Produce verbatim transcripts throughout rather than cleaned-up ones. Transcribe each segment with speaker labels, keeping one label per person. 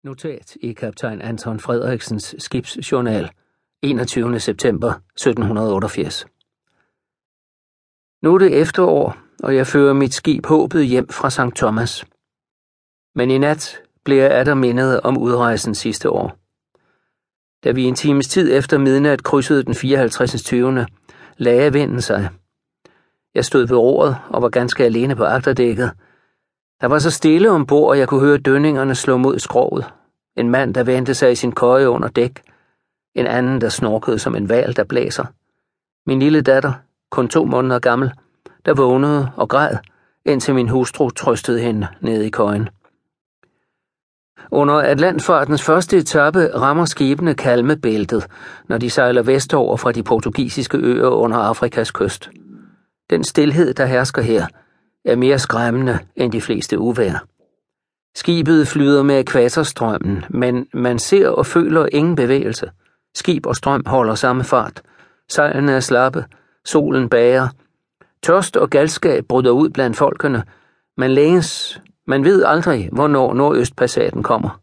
Speaker 1: Notat i kaptajn Anton Frederiksens skibsjournal enogtyvende september sytten otteogfirs. Nu er det efterår, og jeg fører mit skib Håbet hjem fra Sankt Thomas. Men i nat blev jeg atter mindet om udrejsen sidste år. Da vi en times tid efter midnat krydsede den fireoghalvtreds tyvende lagde vinden sig. Jeg stod ved roret og var ganske alene på agterdækket. Der var så stille ombord, og jeg kunne høre dønningerne slå mod skroget. En mand, der vendte sig i sin køje under dæk. En anden, der snorkede som en hval, der blæser. Min lille datter, kun to måneder gammel, der vågnede og græd, indtil min hustru trøstede hende nede i køjen. Under Atlantfartens første etape rammer skibene Kalmebæltet, når de sejler vestover fra de portugisiske øer under Afrikas kyst. Den stilhed, der hersker her, er mere skræmmende end de fleste uvejr. Skibet flyder med ækvatorstrømmen, men man ser og føler ingen bevægelse. Skib og strøm holder samme fart. Sejlene er slappe, solen bager. Tørst og galskab bryder ud blandt folkene. Man længes, man ved aldrig, hvornår nordøstpassaten kommer.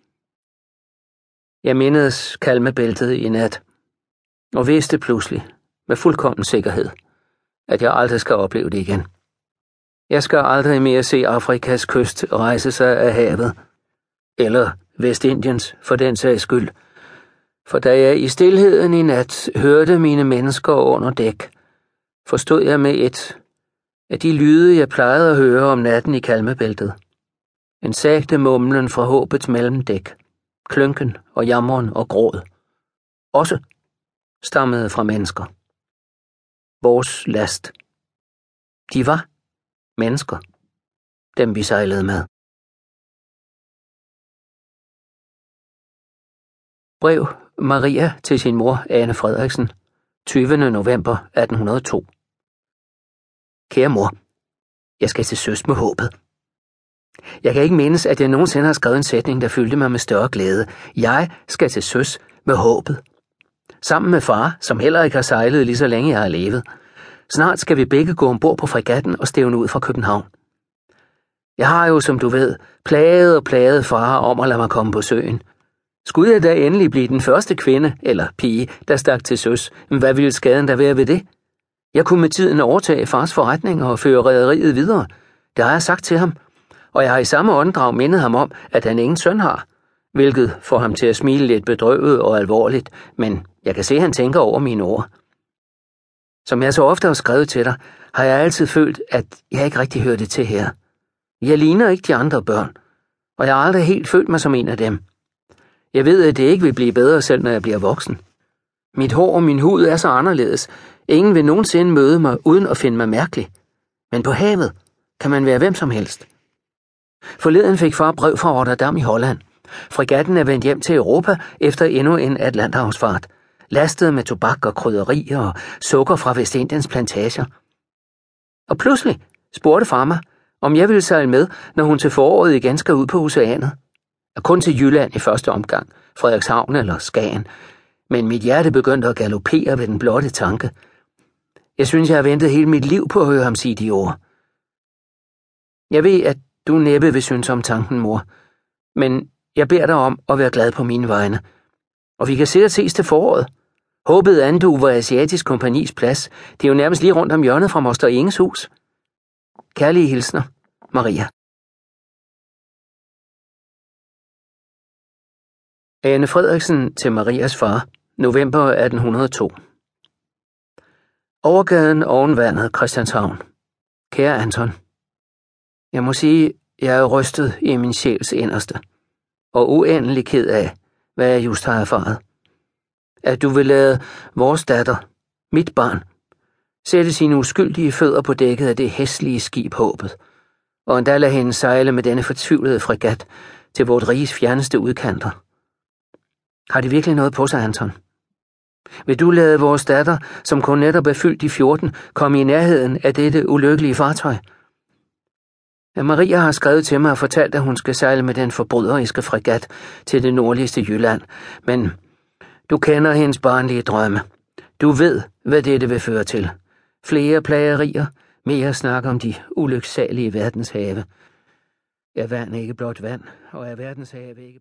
Speaker 1: Jeg mindedes Kalmebæltet i nat, og vidste pludselig, med fuldkommen sikkerhed, at jeg aldrig skal opleve det igen. Jeg skal aldrig mere se Afrikas kyst rejse sig af havet, eller Vestindiens for den sags skyld, for da jeg i stilheden i nat hørte mine mennesker under dæk, forstod jeg med et af de lyde, jeg plejede at høre om natten i Kalmebæltet. En sagte mumlen fra håbets mellemdæk, klønken og jammeren og gråd, også stammede fra mennesker. Vores last. De var mennesker, dem vi sejlede med. Brev Maria til sin mor Ane Frederiksen, tyvende november atten hundrede og to. Kære mor, jeg skal til søs med håbet. Jeg kan ikke mindes, at jeg nogensinde har skrevet en sætning, der fyldte mig med større glæde. Jeg skal til søs med håbet. Sammen med far, som heller ikke har sejlet lige så længe jeg har levet. Snart skal vi begge gå ombord på fregatten og stævne ud fra København. Jeg har jo, som du ved, plaget og plaget far om at lade mig komme på søen. Skulle jeg da endelig blive den første kvinde, eller pige, der stak til søs, hvad ville skaden der være ved det? Jeg kunne med tiden overtage fars forretning og føre rederiet videre. Det har jeg sagt til ham, og jeg har i samme åndedrag mindet ham om, at han ingen søn har, hvilket får ham til at smile lidt bedrøvet og alvorligt, men jeg kan se, at han tænker over mine ord. Som jeg så ofte har skrevet til dig, har jeg altid følt, at jeg ikke rigtig hørte til her. Jeg ligner ikke de andre børn, og jeg har aldrig helt følt mig som en af dem. Jeg ved, at det ikke vil blive bedre selv, når jeg bliver voksen. Mit hår og min hud er så anderledes. Ingen vil nogensinde møde mig uden at finde mig mærkelig. Men på havet kan man være hvem som helst. Forleden fik far brev fra Rotterdam i Holland. Fregatten er vendt hjem til Europa efter endnu en Atlanterhavsfart, lastet med tobak og krydderier og sukker fra Vestindiens plantager. Og pludselig spurgte far mig, om jeg ville sejle med, når hun til foråret igen skal ud på oceanet. Og kun til Jylland i første omgang, Frederikshavn eller Skagen, men mit hjerte begyndte at galopere ved den blotte tanke. Jeg synes, jeg har ventet hele mit liv på at høre ham sige de ord. Jeg ved, at du næppe vil synes om tanken, mor, men jeg beder dig om at være glad på mine vegne. Og vi kan sikkert ses til foråret. Håbet anduver Asiatisk Kompanis plads. Det er jo nærmest lige rundt om hjørnet fra moster Inges hus. Kærlige hilsner, Maria. Ane Frederiksen til Marias far, november atten hundrede og to. Overgaden oven vandet, Christianshavn. Kære Anton, jeg må sige, jeg er rystet i min sjæls inderste, og uendelig ked af, hvad jeg just har erfaret. At du vil lade vores datter, mit barn, sætte sine uskyldige fødder på dækket af det hæslige skib Håbet, og endda lade hende sejle med denne fortvivlede fregat til vort riges fjerneste udkanter. Har det virkelig noget på sig, Anton? Vil du lade vores datter, som kun netop er fyldt i fjorten, komme i nærheden af dette ulykkelige fartøj? Maria har skrevet til mig og fortalt, at hun skal sejle med den forbryderiske fregat til det nordligste Jylland, men du kender hendes barnlige drømme. Du ved, hvad dette vil føre til. Flere plagerier, mere snak om de ulyksalige verdenshave. Er vand ikke blot vand, og er verdenshave ikke